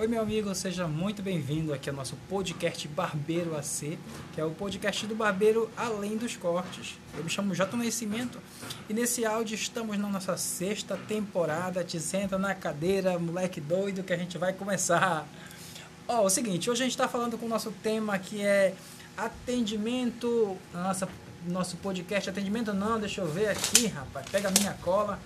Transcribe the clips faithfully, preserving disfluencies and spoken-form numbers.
Oi, meu amigo, seja muito bem-vindo aqui ao nosso podcast Barbeiro A C, que é o podcast do barbeiro além dos cortes. Eu me chamo J. Nascimento e nesse áudio estamos na nossa sexta temporada. Te senta na cadeira, moleque doido, que a gente vai começar. Ó, oh, é o seguinte, hoje a gente está falando com o nosso tema que é atendimento, nossa, nosso podcast, atendimento não, deixa eu ver aqui, rapaz, pega a minha cola.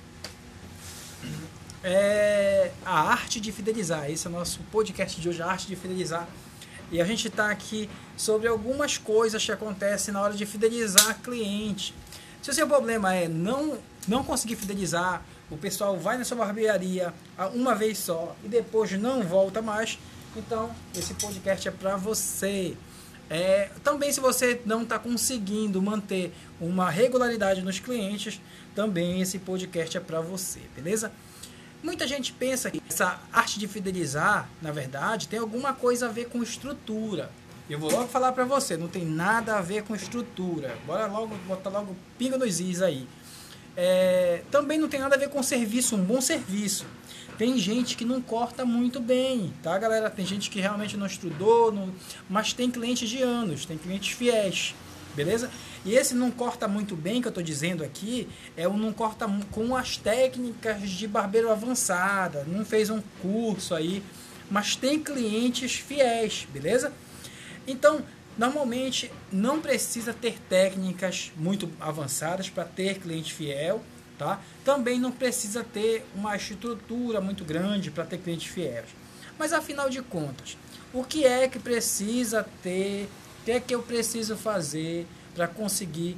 É a arte de fidelizar. Esse é o nosso podcast de hoje, a arte de fidelizar. E a gente está aqui sobre algumas coisas que acontecem na hora de fidelizar cliente. Se o seu problema é não, não conseguir fidelizar, o pessoal vai na sua barbearia uma vez só e depois não volta mais, então esse podcast é para você. É, também se você não está conseguindo manter uma regularidade nos clientes, também esse podcast é para você, beleza? Muita gente pensa que essa arte de fidelizar, na verdade, tem alguma coisa a ver com estrutura. Eu vou logo falar para você, não tem nada a ver com estrutura. Bora logo, botar logo pinga nos is aí. É, também não tem nada a ver com serviço, um bom serviço. Tem gente que não corta muito bem, tá, galera? Tem gente que realmente não estudou, não... mas tem clientes de anos, tem clientes fiéis, beleza? E esse não corta muito bem, que eu estou dizendo aqui, é o não corta com as técnicas de barbeiro avançada, não fez um curso aí, mas tem clientes fiéis, beleza? Então, normalmente, não precisa ter técnicas muito avançadas para ter cliente fiel, tá? Também não precisa ter uma estrutura muito grande para ter clientes fiéis. Mas, afinal de contas, o que é que precisa ter, o que é que eu preciso fazer para conseguir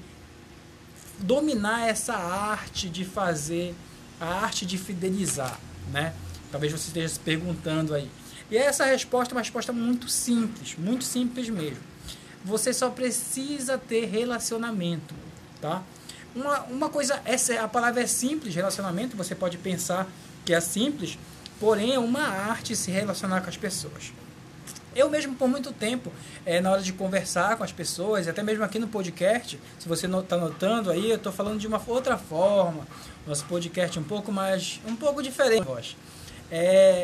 dominar essa arte de fazer, a arte de fidelizar, né? Talvez você esteja se perguntando aí. E essa resposta é uma resposta muito simples, muito simples mesmo. Você só precisa ter relacionamento, tá? Uma, uma coisa, essa, a palavra é simples, relacionamento, você pode pensar que é simples, porém é uma arte se relacionar com as pessoas. Eu mesmo, por muito tempo, é, na hora de conversar com as pessoas, até mesmo aqui no podcast, se você está notando aí, eu estou falando de uma outra forma, nosso podcast um pouco mais, um pouco diferente. É,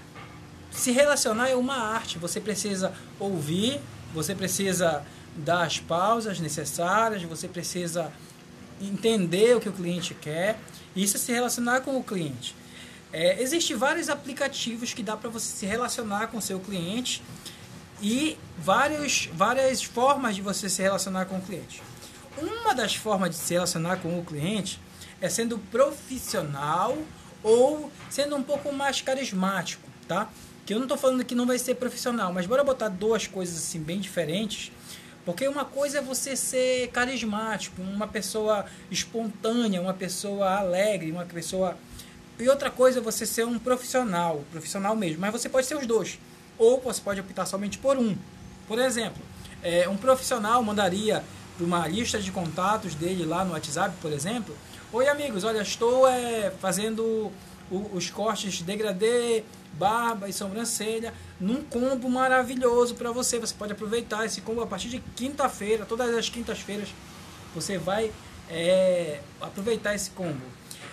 se relacionar é uma arte, você precisa ouvir, você precisa dar as pausas necessárias, você precisa entender o que o cliente quer, e isso é se relacionar com o cliente. É, Existem vários aplicativos que dá para você se relacionar com o seu cliente e vários, várias formas de você se relacionar com o cliente. Uma das formas de se relacionar com o cliente é sendo profissional ou sendo um pouco mais carismático, tá? Que eu não estou falando que não vai ser profissional, mas bora botar duas coisas assim bem diferentes. Porque uma coisa é você ser carismático, uma pessoa espontânea, uma pessoa alegre, uma pessoa... E outra coisa é você ser um profissional, profissional mesmo, mas você pode ser os dois. Ou você pode optar somente por um. Por exemplo, é, um profissional mandaria para uma lista de contatos dele lá no WhatsApp, por exemplo: oi amigos, olha, estou é, fazendo o, os cortes degradê, barba e sobrancelha num combo maravilhoso para você. Você pode aproveitar esse combo a partir de quinta-feira, todas as quintas-feiras você vai é, aproveitar esse combo.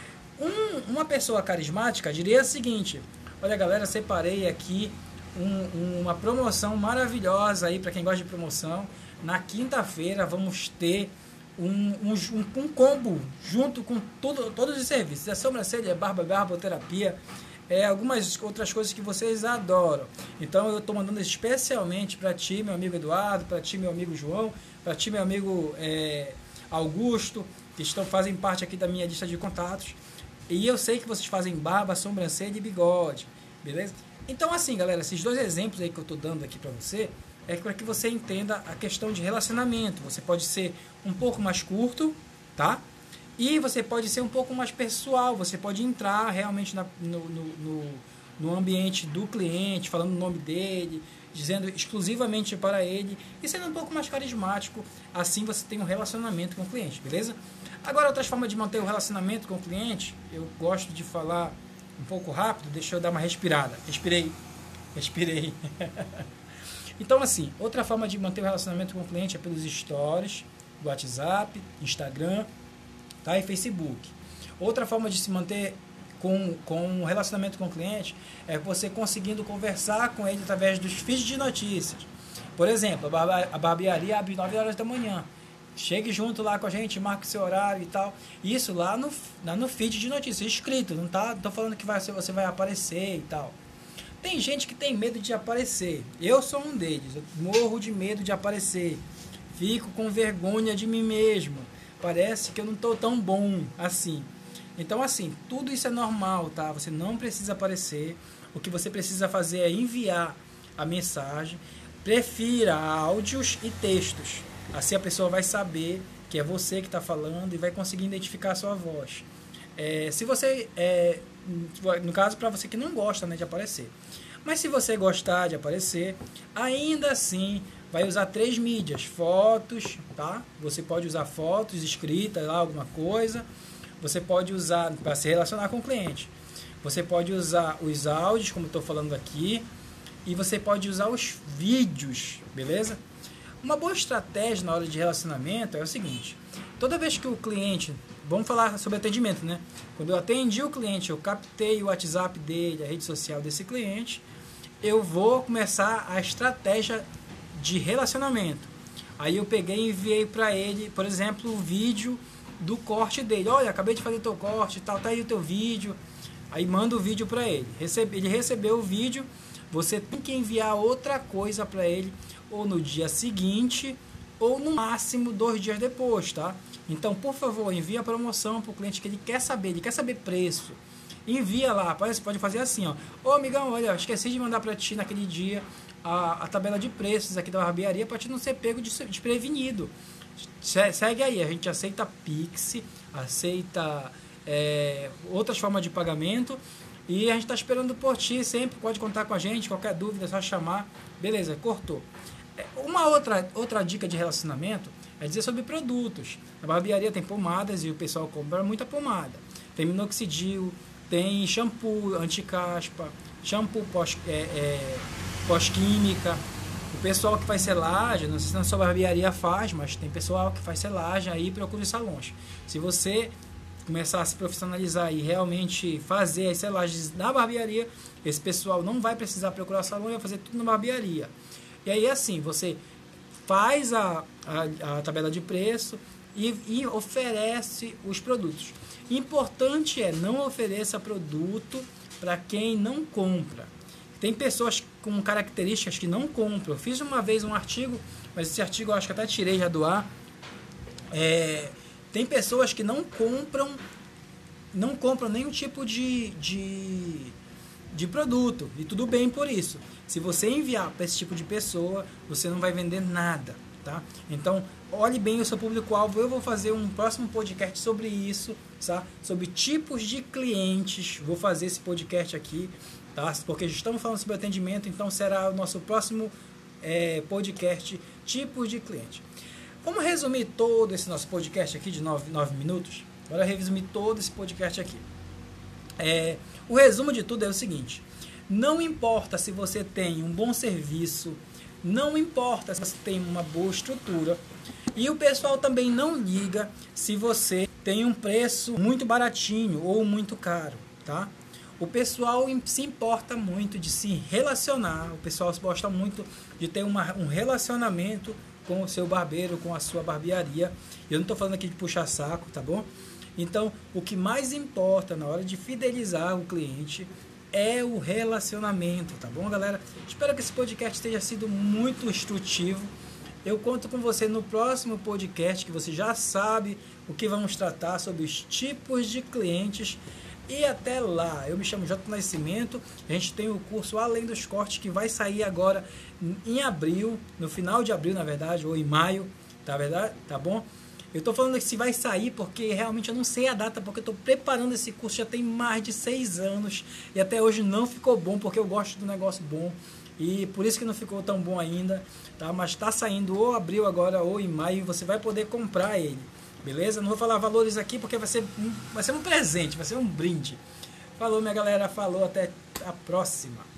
Um, uma pessoa carismática diria o seguinte: olha galera, separei aqui um, uma promoção maravilhosa aí para quem gosta de promoção. Na quinta-feira vamos ter um, um, um, um combo junto com tudo, todos os serviços, a sobrancelha, barba, barboterapia, é, algumas outras coisas que vocês adoram. Então eu estou mandando especialmente para ti, meu amigo Eduardo, para ti, meu amigo João, para ti, meu amigo é, Augusto, que estão, fazem parte aqui da minha lista de contatos. E eu sei que vocês fazem barba, sobrancelha e bigode, beleza? Então assim, galera, esses dois exemplos aí que eu estou dando aqui para você é para que você entenda a questão de relacionamento. Você pode ser um pouco mais curto, tá? E você pode ser um pouco mais pessoal. Você pode entrar realmente na, no, no, no, no ambiente do cliente, falando o nome dele, dizendo exclusivamente para ele e sendo um pouco mais carismático. Assim você tem um relacionamento com o cliente, beleza? Agora, outras formas de manter o relacionamento com o cliente, eu gosto de falar um pouco rápido, deixa eu dar uma respirada. Respirei, respirei. Então, assim, outra forma de manter o relacionamento com o cliente é pelos stories, WhatsApp, Instagram, tá? E Facebook. Outra forma de se manter com, com o relacionamento com o cliente é você conseguindo conversar com ele através dos feeds de notícias. Por exemplo, a, barba, a barbearia abre nove horas da manhã. Chegue junto lá com a gente, marque seu horário e tal. Isso lá no, lá no feed de notícias, escrito. Não tá, tô falando que vai, você vai aparecer e tal. Tem gente que tem medo de aparecer. Eu sou um deles. Eu morro de medo de aparecer. Fico com vergonha de mim mesmo. Parece que eu não tô tão bom assim. Então, assim, tudo isso é normal, tá? Você não precisa aparecer. O que você precisa fazer é enviar a mensagem. Prefira áudios e textos. Assim a pessoa vai saber que é você que está falando e vai conseguir identificar a sua voz. É, se você, é, no caso, para você que não gosta, né, de aparecer. Mas se você gostar de aparecer, ainda assim vai usar três mídias. Fotos, tá? Você pode usar fotos escritas lá, alguma coisa. Você pode usar para se relacionar com o cliente. Você pode usar os áudios, como estou falando aqui. E você pode usar os vídeos, beleza? Uma boa estratégia na hora de relacionamento é o seguinte: toda vez que o cliente, vamos falar sobre atendimento, né? Quando eu atendi o cliente, eu captei o WhatsApp dele, a rede social desse cliente, eu vou começar a estratégia de relacionamento. Aí eu peguei e enviei para ele, por exemplo, o vídeo do corte dele. Olha, acabei de fazer teu corte, tal, tá aí o teu vídeo. Aí manda o vídeo para ele. Recebe, ele recebeu o vídeo, você tem que enviar outra coisa para ele, ou no dia seguinte, ou no máximo dois dias depois, tá? Então, por favor, envie a promoção para o cliente que ele quer saber, ele quer saber preço. Envia lá, você pode fazer assim, ó. Ô amigão, olha, esqueci de mandar para ti naquele dia a, a tabela de preços aqui da barbearia para ti não ser pego desprevenido. Segue aí, a gente aceita Pix, aceita é, outras formas de pagamento e a gente está esperando por ti sempre, pode contar com a gente, qualquer dúvida é só chamar. Beleza, cortou. Uma outra, outra dica de relacionamento é dizer sobre produtos. A barbearia tem pomadas e o pessoal compra muita pomada. Tem minoxidil, tem shampoo anti-caspa, shampoo pós, é, é, pós-química. O pessoal que faz selagem, não sei se na sua barbearia faz, mas tem pessoal que faz selagem aí, procura os salões. Se você começar a se profissionalizar e realmente fazer as selagens na barbearia, esse pessoal não vai precisar procurar salão e vai fazer tudo na barbearia. E aí assim, você faz a, a, a tabela de preço e, e oferece os produtos. Importante é não ofereça produto para quem não compra. Tem pessoas com características que não compram. Eu fiz uma vez um artigo, mas esse artigo eu acho que até tirei já do ar. É, tem pessoas que não compram, não compram nenhum tipo de, de, de produto. E tudo bem por isso. Se você enviar para esse tipo de pessoa, você não vai vender nada, tá? Então, olhe bem o seu público-alvo. Eu vou fazer um próximo podcast sobre isso, tá? Sobre tipos de clientes. Vou fazer esse podcast aqui, tá? Porque já estamos falando sobre atendimento, então será o nosso próximo é, podcast, tipos de cliente. Vamos resumir todo esse nosso podcast aqui de nove minutos? Agora resumir todo esse podcast aqui. É, o resumo de tudo é o seguinte: não importa se você tem um bom serviço, não importa se você tem uma boa estrutura, e o pessoal também não liga se você tem um preço muito baratinho ou muito caro, tá? O pessoal se importa muito de se relacionar, o pessoal gosta muito de ter uma, um relacionamento com o seu barbeiro, com a sua barbearia. Eu não estou falando aqui de puxar saco, tá bom? Então, o que mais importa na hora de fidelizar o cliente é o relacionamento, tá bom, galera? Espero que esse podcast tenha sido muito instrutivo. Eu conto com você no próximo podcast, que você já sabe o que vamos tratar sobre os tipos de clientes. E até lá, eu me chamo J. Nascimento, a gente tem o curso Além dos Cortes, que vai sair agora em abril, no final de abril, na verdade, ou em maio, tá verdade? Tá bom? Eu estou falando que se vai sair porque realmente eu não sei a data, porque eu estou preparando esse curso já tem mais de seis anos e até hoje não ficou bom, porque eu gosto do negócio bom e por isso que não ficou tão bom ainda, tá? Mas está saindo ou abril agora ou em maio e você vai poder comprar ele, beleza? Não vou falar valores aqui porque vai ser, vai ser um presente, vai ser um brinde. Falou, minha galera, falou, até a próxima.